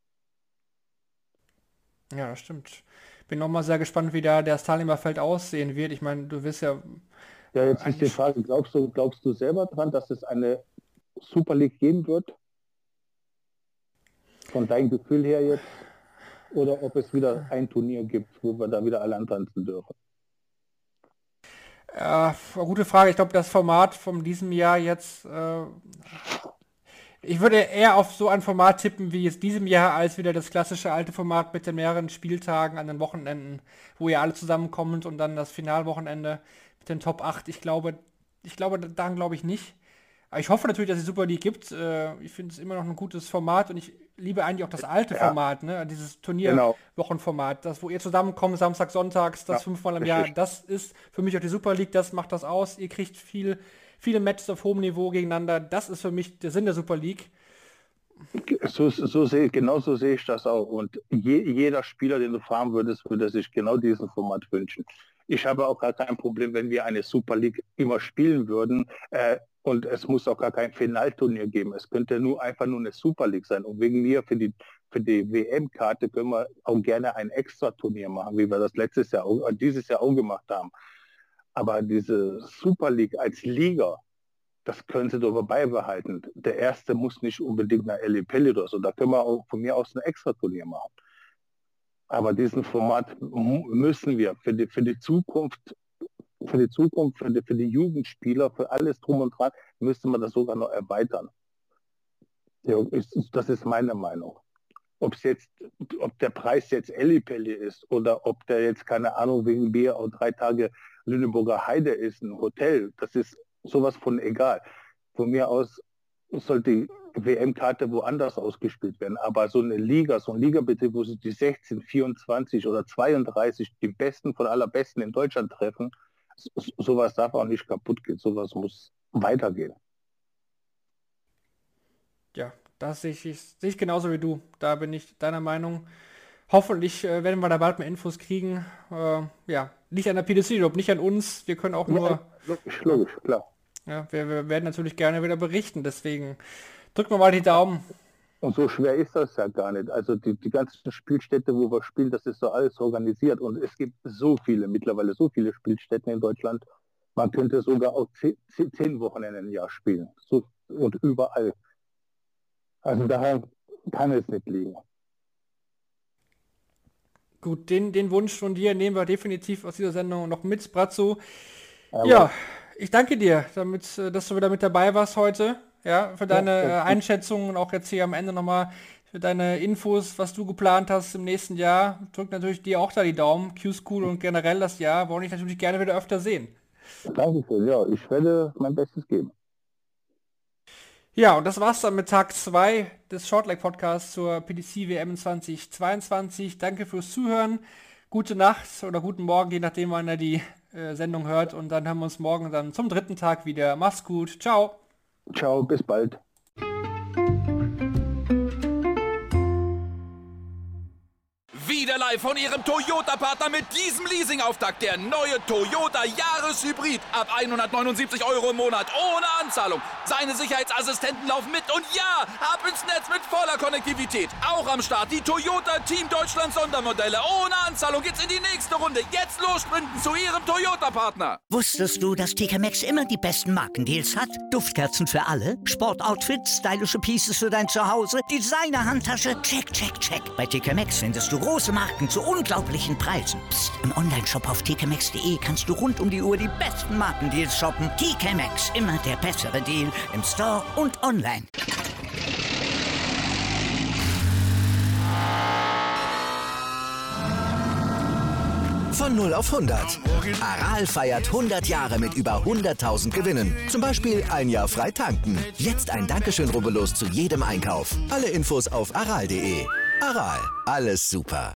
Ja, das stimmt. Bin noch mal sehr gespannt, wie da das Teilnehmerfeld aussehen wird. Ich meine, du wirst ja Ja, jetzt ist die eigentlich Frage, glaubst du, glaubst du selber dran, dass es eine Super League geben wird? Von deinem Gefühl her jetzt? Oder ob es wieder ein Turnier gibt, wo wir da wieder alle antanzen dürfen? Äh, gute Frage. Ich glaube, das Format von diesem Jahr jetzt, äh, ich würde eher auf so ein Format tippen wie es diesem Jahr, als wieder das klassische alte Format mit den mehreren Spieltagen an den Wochenenden, wo ihr alle zusammenkommt und dann das Finalwochenende mit den Top acht. Ich glaube, ich glaube, daran glaube ich nicht. Aber ich hoffe natürlich, dass es die Super League gibt. Äh, ich finde es immer noch ein gutes Format und ich liebe eigentlich auch das alte Ja, Format, ne? Dieses genau. Turnierwochenformat, das, wo ihr zusammenkommt, Samstag, Sonntags, das Ja, fünfmal im Jahr. richtig. Das ist für mich auch die Super League, das macht das aus. Ihr kriegt viel, viele Matches auf hohem Niveau gegeneinander. Das ist für mich der Sinn der Super League. So, so sehe, genau so sehe ich das auch. Und je, jeder Spieler, den du fahren würdest, würde sich genau diesen Format wünschen. Ich habe auch gar kein Problem, wenn wir eine Super League immer spielen würden. Äh, und es muss auch gar kein Finalturnier geben. Es könnte nur einfach nur eine Super League sein. Und wegen mir für die, für die W M-Karte können wir auch gerne ein Extra-Turnier machen, wie wir das letztes Jahr, auch, dieses Jahr auch gemacht haben. Aber diese Super League als Liga, das können sie doch beibehalten. Der erste muss nicht unbedingt nach Ellipelli oder so. Da können wir auch von mir aus ein Extra-Turnier machen. Aber diesen Format mu- müssen wir für die, für die Zukunft, für die Zukunft, für die, für die Jugendspieler, für alles drum und dran, müsste man das sogar noch erweitern. Ja, ist, das ist meine Meinung. Ob es jetzt, ob der Preis jetzt Ellipelli ist oder ob der jetzt, keine Ahnung, wegen Bier auch drei Tage Lüneburger Heide ist, ein Hotel, das ist sowas von egal. Von mir aus sollte die W M-Karte woanders ausgespielt werden. Aber so eine Liga, so ein Ligabetrieb, wo sich die sechzehn, vierundzwanzig oder zweiunddreißig, die Besten von allerbesten in Deutschland treffen, so, sowas darf auch nicht kaputt gehen. Sowas muss weitergehen. Ja, das sehe ich, sehe ich genauso wie du. Da bin ich deiner Meinung. Hoffentlich äh, werden wir da bald mehr Infos kriegen. Äh, ja, nicht an der P D C Europe, nicht an uns. Wir können auch nur... Ja, logisch, logisch, klar. Ja, wir, wir werden natürlich gerne wieder berichten. Deswegen drücken wir mal die Daumen. Und so schwer ist das ja gar nicht. Also die, die ganzen Spielstätte, wo wir spielen, das ist so alles organisiert. Und es gibt so viele, mittlerweile so viele Spielstätten in Deutschland. Man könnte sogar auch zehn, zehn Wochenenden im Jahr spielen. So, und überall. Also daher kann es nicht liegen. Gut, den, den Wunsch von dir nehmen wir definitiv aus dieser Sendung noch mit, Brazzo. Aber ja, ich danke dir, damit, dass du wieder mit dabei warst heute. Ja, für deine ja, Einschätzungen und auch jetzt hier am Ende nochmal für deine Infos, was du geplant hast im nächsten Jahr. Drückt natürlich dir auch da die Daumen. Q-School und generell das Jahr wollen ich natürlich gerne wieder öfter sehen. Dankeschön, ja, ich werde mein Bestes geben. Ja, und das war's dann mit Tag zwei des Shortleg Podcasts zur P D C W M zwanzig zweiundzwanzig. Danke fürs Zuhören. Gute Nacht oder guten Morgen, je nachdem, wann ihr die äh, Sendung hört. Und dann haben wir uns morgen dann zum dritten Tag wieder. Mach's gut. Ciao. Ciao, bis bald. Wieder live von Ihrem Toyota-Partner mit diesem Leasing-Auftakt. Der neue Toyota Jahreshybrid. Ab hundertneunundsiebzig Euro im Monat. Ohne Anzahlung. Seine Sicherheitsassistenten laufen mit. Und ja, ab ins Netz mit voller Konnektivität. Auch am Start die Toyota Team Deutschland Sondermodelle. Ohne Anzahlung geht's in die nächste Runde. Jetzt los sprinten zu Ihrem Toyota-Partner. Wusstest du, dass T K Maxx immer die besten Markendeals hat? Duftkerzen für alle, Sportoutfits, stylische Pieces für dein Zuhause, Designer-Handtasche, check, check, check. Bei T K Maxx findest du große Marken zu unglaublichen Preisen. Psst. Im Onlineshop auf t k maxx punkt d e kannst du rund um die Uhr die besten Markendeals shoppen. T K Maxx, immer der bessere Deal im Store und online. Von null auf hundert. Aral feiert hundert Jahre mit über hunderttausend Gewinnen. Zum Beispiel ein Jahr frei tanken. Jetzt ein Dankeschön, rubbellos zu jedem Einkauf. Alle Infos auf aral punkt d e. Aral, alles super.